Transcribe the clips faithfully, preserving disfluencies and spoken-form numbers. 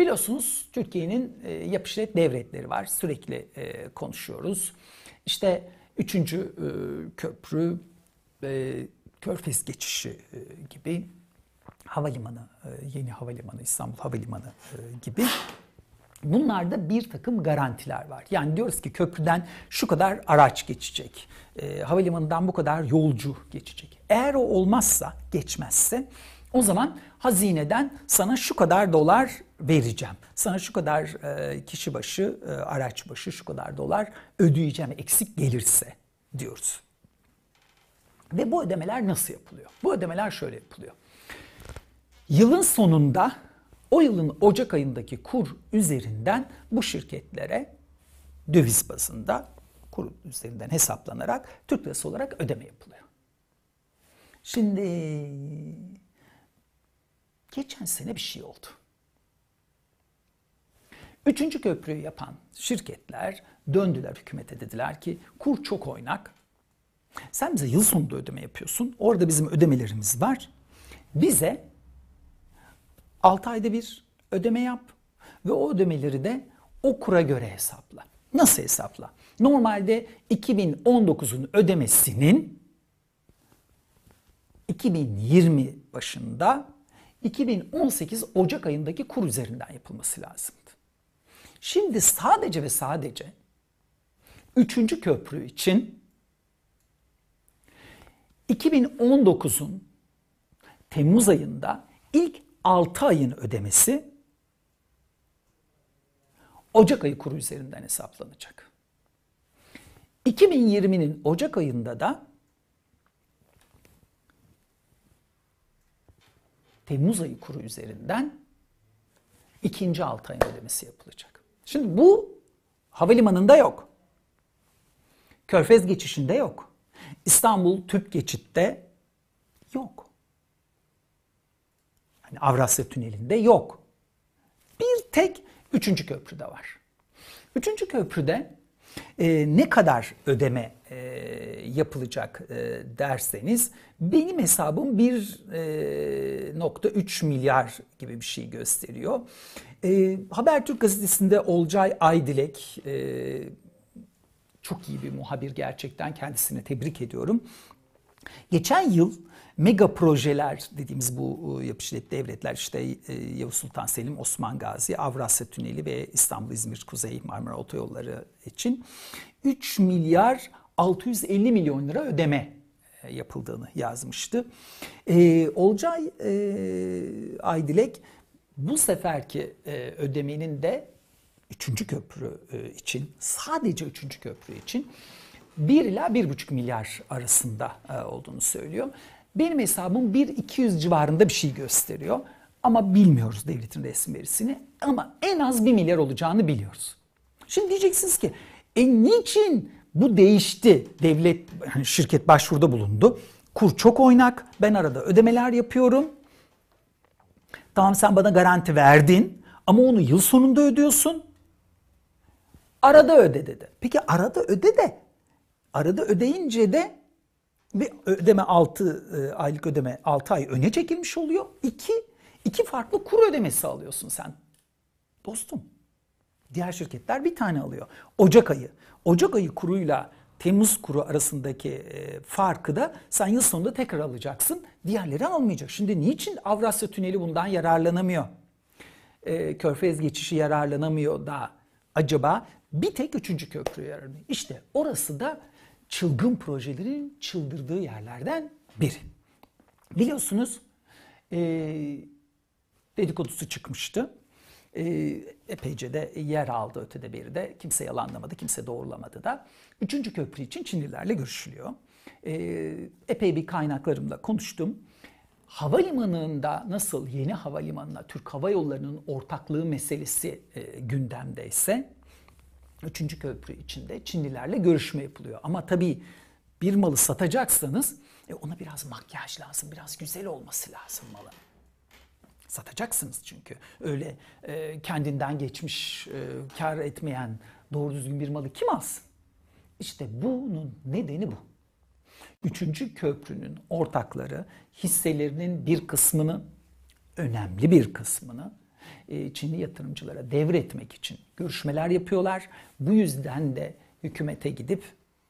Biliyorsunuz Türkiye'nin e, yap işlet devletleri var. Sürekli e, konuşuyoruz. İşte üçüncü e, köprü, e, Körfez geçişi e, gibi, havalimanı, e, yeni havalimanı, İstanbul Havalimanı e, gibi. Bunlarda bir takım garantiler var. Yani diyoruz ki köprüden şu kadar araç geçecek, e, havalimanından bu kadar yolcu geçecek. Eğer o olmazsa, geçmezse, o zaman hazineden sana şu kadar dolar vereceğim. Sana şu kadar e, kişi başı, e, araç başı şu kadar dolar ödeyeceğim eksik gelirse diyoruz. Ve bu ödemeler nasıl yapılıyor? Bu ödemeler şöyle yapılıyor. Yılın sonunda o yılın Ocak ayındaki kur üzerinden bu şirketlere döviz bazında kur üzerinden hesaplanarak Türk lirası olarak ödeme yapılıyor. Şimdi geçen sene bir şey oldu. Üçüncü köprüyü yapan şirketler döndüler hükümete, dediler ki kur çok oynak. Sen bize yıl sonunda ödeme yapıyorsun. Orada bizim ödemelerimiz var. Bize altı ayda bir ödeme yap ve o ödemeleri de o kura göre hesapla. Nasıl hesapla? Normalde iki bin on dokuzun ödemesinin iki bin yirmi başında iki bin on sekiz Ocak ayındaki kur üzerinden yapılması lazımdı. Şimdi sadece ve sadece üçüncü köprü için iki bin on dokuzun Temmuz ayında ilk altı ayın ödemesi Ocak ayı kuru üzerinden hesaplanacak. iki bin yirminin Ocak ayında da Temmuz ayı kuru üzerinden ikinci altı ayın ödemesi yapılacak. Şimdi bu havalimanında yok. Körfez geçişinde yok. İstanbul Tüp Geçit'te yok. Yani Avrasya Tüneli'nde yok. Bir tek üçüncü köprüde var. Üçüncü köprüde e, ne kadar ödeme e, yapılacak e, derseniz benim hesabım bir nokta üç milyar gibi bir şey gösteriyor. E, Habertürk gazetesinde Olcay Aydilek e, çok iyi bir muhabir, gerçekten kendisine tebrik ediyorum. Geçen yıl mega projeler dediğimiz bu yap işlet devletler, işte Yavuz Sultan Selim, Osman Gazi, Avrasya Tüneli ve İstanbul-İzmir Kuzey Marmara Otoyolları için üç milyar altı yüz elli milyon lira ödeme yapıldığını yazmıştı. Ee, Olcay e, Aydilek bu seferki e, ödemenin de üçüncü köprü e, için, sadece üçüncü köprü için bir ila bir buçuk milyar arasında e, olduğunu söylüyor. Benim hesabım bir iki yüz civarında bir şey gösteriyor. Ama bilmiyoruz devletin resmi verisini. Ama en az bir milyar olacağını biliyoruz. Şimdi diyeceksiniz ki, e niçin bu değişti? Devlet, yani şirket başvuruda bulundu. Kur çok oynak. Ben arada ödemeler yapıyorum. Tamam, sen bana garanti verdin ama onu yıl sonunda ödüyorsun. Arada öde dedi. Peki arada öde de, arada ödeyince de bir ödeme altı aylık ödeme altı ay öne çekilmiş oluyor. İki, iki farklı kur ödemesi alıyorsun sen. Dostum, diğer şirketler bir tane alıyor. Ocak ayı. Ocak ayı kuruyla Temmuz kuru arasındaki farkı da sen yıl sonunda tekrar alacaksın. Diğerleri almayacak. Şimdi niçin Avrasya Tüneli bundan yararlanamıyor? E, Körfez geçişi yararlanamıyor da acaba bir tek üçüncü köprü yararlanıyor. İşte orası da çılgın projelerin çıldırdığı yerlerden biri. Biliyorsunuz e, dedikodusu çıkmıştı. E, epeyce de yer aldı ötede beri de. Kimse yalanlamadı, kimse doğrulamadı da. Üçüncü köprü için Çinlilerle görüşülüyor. E, epey bir kaynaklarımla konuştum. Havalimanında nasıl yeni havalimanına Türk Hava Yolları'nın ortaklığı meselesi e, gündemdeyse, üçüncü köprü içinde Çinlilerle görüşme yapılıyor. Ama tabii bir malı satacaksanız e, ona biraz makyaj lazım, biraz güzel olması lazım malın. Satacaksınız çünkü. Öyle e, kendinden geçmiş, e, kar etmeyen doğru düzgün bir malı kim alsın? İşte bunun nedeni bu. Üçüncü köprünün ortakları hisselerinin bir kısmını, önemli bir kısmını e, Çinli yatırımcılara devretmek için görüşmeler yapıyorlar. Bu yüzden de hükümete gidip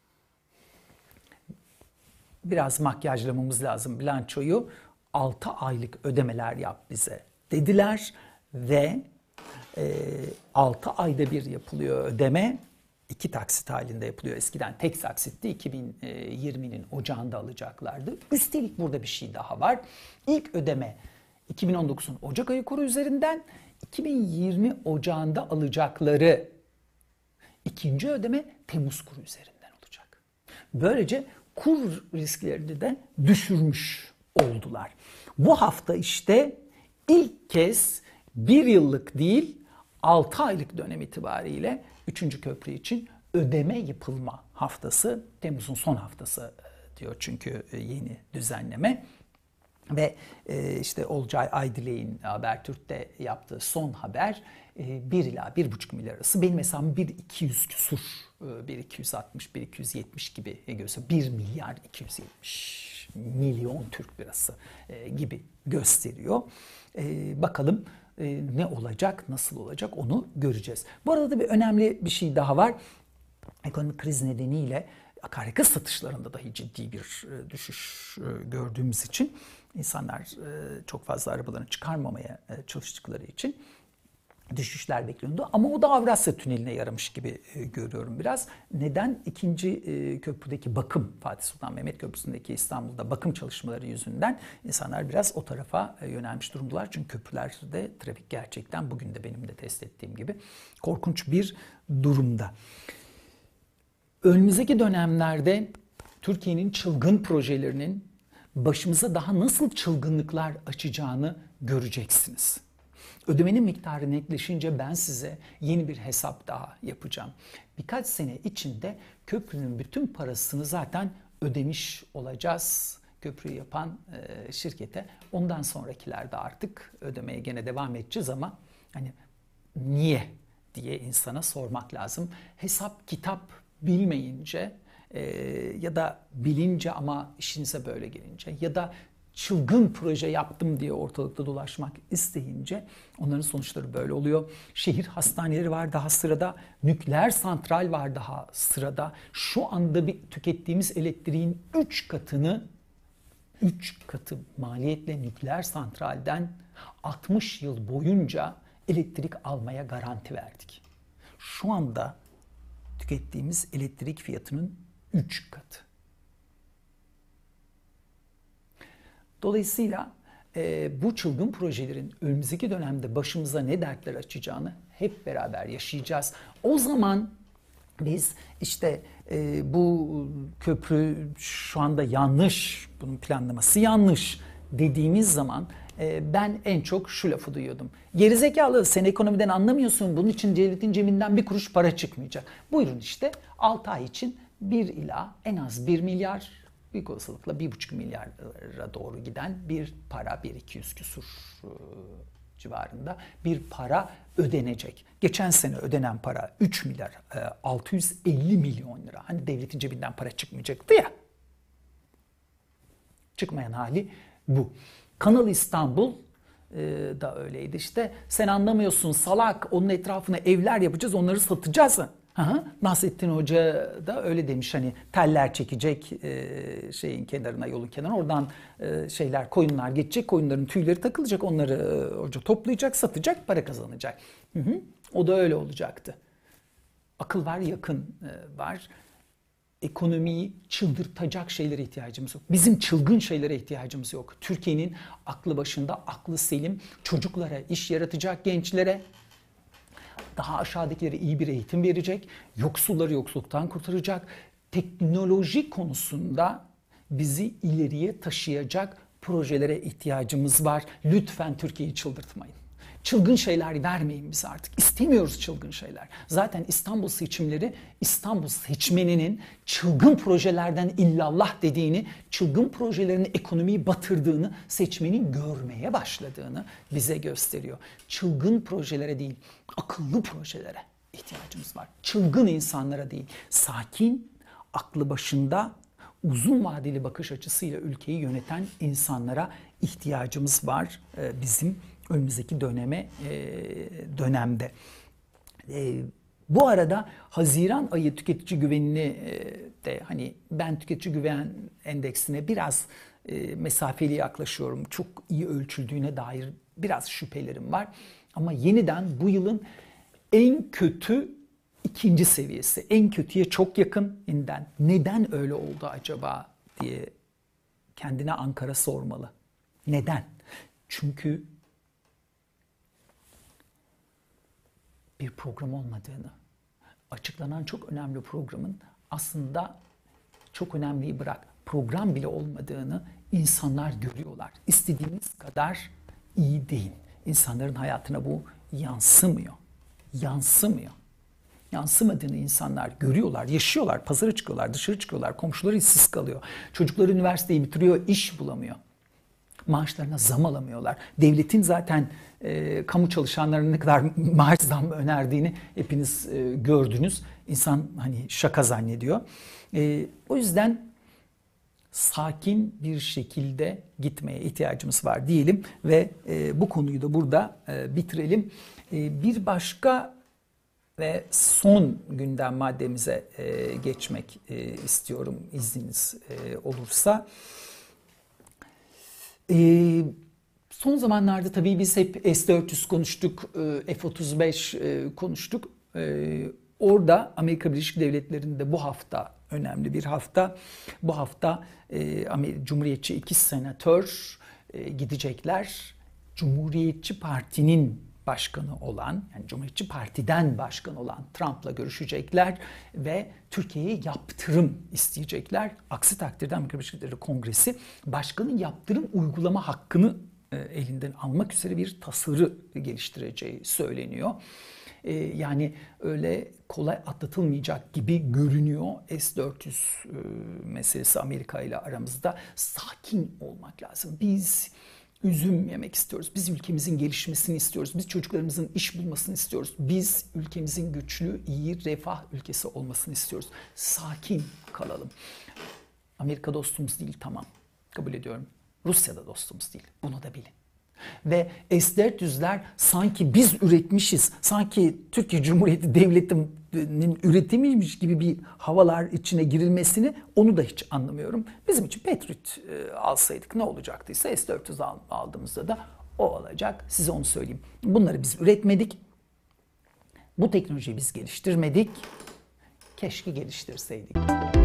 biraz makyajlamamız lazım bilançoyu, altı aylık ödemeler yap bize dediler ve e, altı ayda bir yapılıyor ödeme. İki taksit halinde yapılıyor. Eskiden tek taksitti. iki bin yirminin ocağında alacaklardı. Üstelik burada bir şey daha var. İlk ödeme iki bin on dokuzun Ocak ayı kuru üzerinden, iki bin yirmi ocağında alacakları ikinci ödeme Temmuz kuru üzerinden olacak. Böylece kur risklerini de düşürmüş oldular. Bu hafta işte ilk kez bir yıllık değil altı aylık dönem itibariyle üçüncü köprü için ödeme yapılma haftası. Temmuz'un son haftası diyor çünkü yeni düzenleme. Ve işte Olcay Aydilek'in Habertürk'te yaptığı son haber bir ila bir buçuk milyar arası. Benim hesabım bir iki yüz küsur, bir iki yüz altmış, bir iki yüz yetmiş gibi gösteriyor. bir milyar iki yüz yetmiş milyon Türk lirası gibi gösteriyor. Bakalım ne olacak, nasıl olacak onu göreceğiz. Bu arada da bir önemli bir şey daha var. Ekonomik kriz nedeniyle akaryakıt satışlarında dahi ciddi bir düşüş gördüğümüz için insanlar çok fazla arabalarını çıkarmamaya çalıştıkları için düşüşler bekliyordu. Ama o da Avrasya Tüneli'ne yaramış gibi görüyorum biraz. Neden? İkinci köprüdeki bakım, Fatih Sultan Mehmet Köprüsü'ndeki İstanbul'da bakım çalışmaları yüzünden insanlar biraz o tarafa yönelmiş durumdalar. Çünkü köprülerde trafik gerçekten bugün de benim de test ettiğim gibi korkunç bir durumda. Önümüzdeki dönemlerde Türkiye'nin çılgın projelerinin başımıza daha nasıl çılgınlıklar açacağını göreceksiniz. Ödemenin miktarı netleşince ben size yeni bir hesap daha yapacağım. Birkaç sene içinde köprünün bütün parasını zaten ödemiş olacağız köprüyü yapan e, şirkete. Ondan sonrakilerde artık ödemeye gene devam edeceğiz ama hani niye diye insana sormak lazım. Hesap kitap bilmeyince e, ya da bilince ama işinize böyle gelince ya da çılgın proje yaptım diye ortalıkta dolaşmak isteyince onların sonuçları böyle oluyor. Şehir hastaneleri var daha sırada, nükleer santral var daha sırada. Şu anda bir tükettiğimiz elektriğin üç katını, üç katı maliyetle nükleer santralden altmış yıl boyunca elektrik almaya garanti verdik. Şu anda tükettiğimiz elektrik fiyatının üç katı. Dolayısıyla e, bu çılgın projelerin önümüzdeki dönemde başımıza ne dertler açacağını hep beraber yaşayacağız. O zaman biz işte e, bu köprü şu anda yanlış, bunun planlaması yanlış dediğimiz zaman e, ben en çok şu lafı duyuyordum. Gerizekalı, sen ekonomiden anlamıyorsun, bunun için devletin cebinden bir kuruş para çıkmayacak. Buyurun işte altı ay için bir ila en az bir milyar, büyük olasılıkla bir buçuk milyara doğru giden bir para, bir iki yüz küsur civarında bir para ödenecek. Geçen sene ödenen para üç milyar altı yüz elli milyon lira. Hani devletin cebinden para çıkmayacaktı ya. Çıkmayan hali bu. Kanal İstanbul da öyleydi işte. Sen anlamıyorsun salak, onun etrafına evler yapacağız, onları satacağız. Aha, Nasrettin Hoca da öyle demiş, hani teller çekecek e, şeyin kenarına, yolun kenarına, oradan e, şeyler, koyunlar geçecek, koyunların tüyleri takılacak, onları e, hoca toplayacak, satacak, para kazanacak. Hı hı. O da öyle olacaktı. Akıl var, yakın e, var. Ekonomiyi çıldırtacak şeylere ihtiyacımız yok. Bizim çılgın şeylere ihtiyacımız yok. Türkiye'nin aklı başında, aklı selim çocuklara, iş yaratacak gençlere, daha aşağıdakilere iyi bir eğitim verecek, yoksulları yoksulluktan kurtaracak, teknoloji konusunda bizi ileriye taşıyacak projelere ihtiyacımız var. Lütfen Türkiye'yi çıldırtmayın. Çılgın şeyler vermeyin bize artık. İstemiyoruz çılgın şeyler. Zaten İstanbul seçimleri, İstanbul seçmeninin çılgın projelerden illallah dediğini, çılgın projelerin ekonomiyi batırdığını, seçmenin görmeye başladığını bize gösteriyor. Çılgın projelere değil, akıllı projelere ihtiyacımız var. Çılgın insanlara değil, sakin, aklı başında, uzun vadeli bakış açısıyla ülkeyi yöneten insanlara ihtiyacımız var bizim önümüzdeki döneme dönemde. Bu arada Haziran ayı tüketici güvenini de hani ben tüketici güven endeksine biraz mesafeli yaklaşıyorum. Çok iyi ölçüldüğüne dair biraz şüphelerim var. Ama yeniden bu yılın en kötü ikinci seviyesi, en kötüye çok yakın yeniden. Neden öyle oldu acaba diye kendine Ankara sormalı. Neden? Çünkü bir program olmadığını, açıklanan çok önemli programın aslında çok önemliyi bırak, program bile olmadığını insanlar görüyorlar. İstediğiniz kadar iyi değil. İnsanların hayatına bu yansımıyor. Yansımıyor. Yansımadığını insanlar görüyorlar, yaşıyorlar, pazara çıkıyorlar, dışarı çıkıyorlar, komşuları işsiz kalıyor. Çocukları üniversiteyi bitiriyor, iş bulamıyor. Maaşlarına zam alamıyorlar. Devletin zaten e, kamu çalışanlarına ne kadar maaş zammı önerdiğini hepiniz e, gördünüz. İnsan hani şaka zannediyor. E, o yüzden sakin bir şekilde gitmeye ihtiyacımız var diyelim ve e, bu konuyu da burada e, bitirelim. E, bir başka ve son gündem maddemize e, geçmek e, istiyorum izniniz e, olursa. E, son zamanlarda tabii biz hep S dört yüz konuştuk, e, F otuz beş e, konuştuk. E, orada Amerika Birleşik Devletleri'nde bu hafta önemli bir hafta. Bu hafta e, Cumhuriyetçi iki senatör e, gidecekler. Cumhuriyetçi Parti'nin başkanı olan, yani Cumhuriyetçi Parti'den başkan olan Trump'la görüşecekler ve Türkiye'ye yaptırım isteyecekler. Aksi takdirde Amerika Birleşik Devletleri Kongresi başkanın yaptırım uygulama hakkını e, elinden almak üzere bir tasarı geliştireceği söyleniyor. E, yani öyle kolay atlatılmayacak gibi görünüyor S dört yüz e, meselesi Amerika ile aramızda. Sakin olmak lazım. Biz üzüm yemek istiyoruz. Biz ülkemizin gelişmesini istiyoruz. Biz çocuklarımızın iş bulmasını istiyoruz. Biz ülkemizin güçlü, iyi, refah ülkesi olmasını istiyoruz. Sakin kalalım. Amerika dostumuz değil, tamam. Kabul ediyorum. Rusya da dostumuz değil. Bunu da bilin. Ve S dört yüzler sanki biz üretmişiz, sanki Türkiye Cumhuriyeti Devleti'nin üretimiymiş gibi bir havalar içine girilmesini onu da hiç anlamıyorum. Bizim için Patriot e, alsaydık ne olacaktıysa S dört yüz aldığımızda da o olacak. Size onu söyleyeyim. Bunları biz üretmedik. Bu teknolojiyi biz geliştirmedik. Keşke geliştirseydik.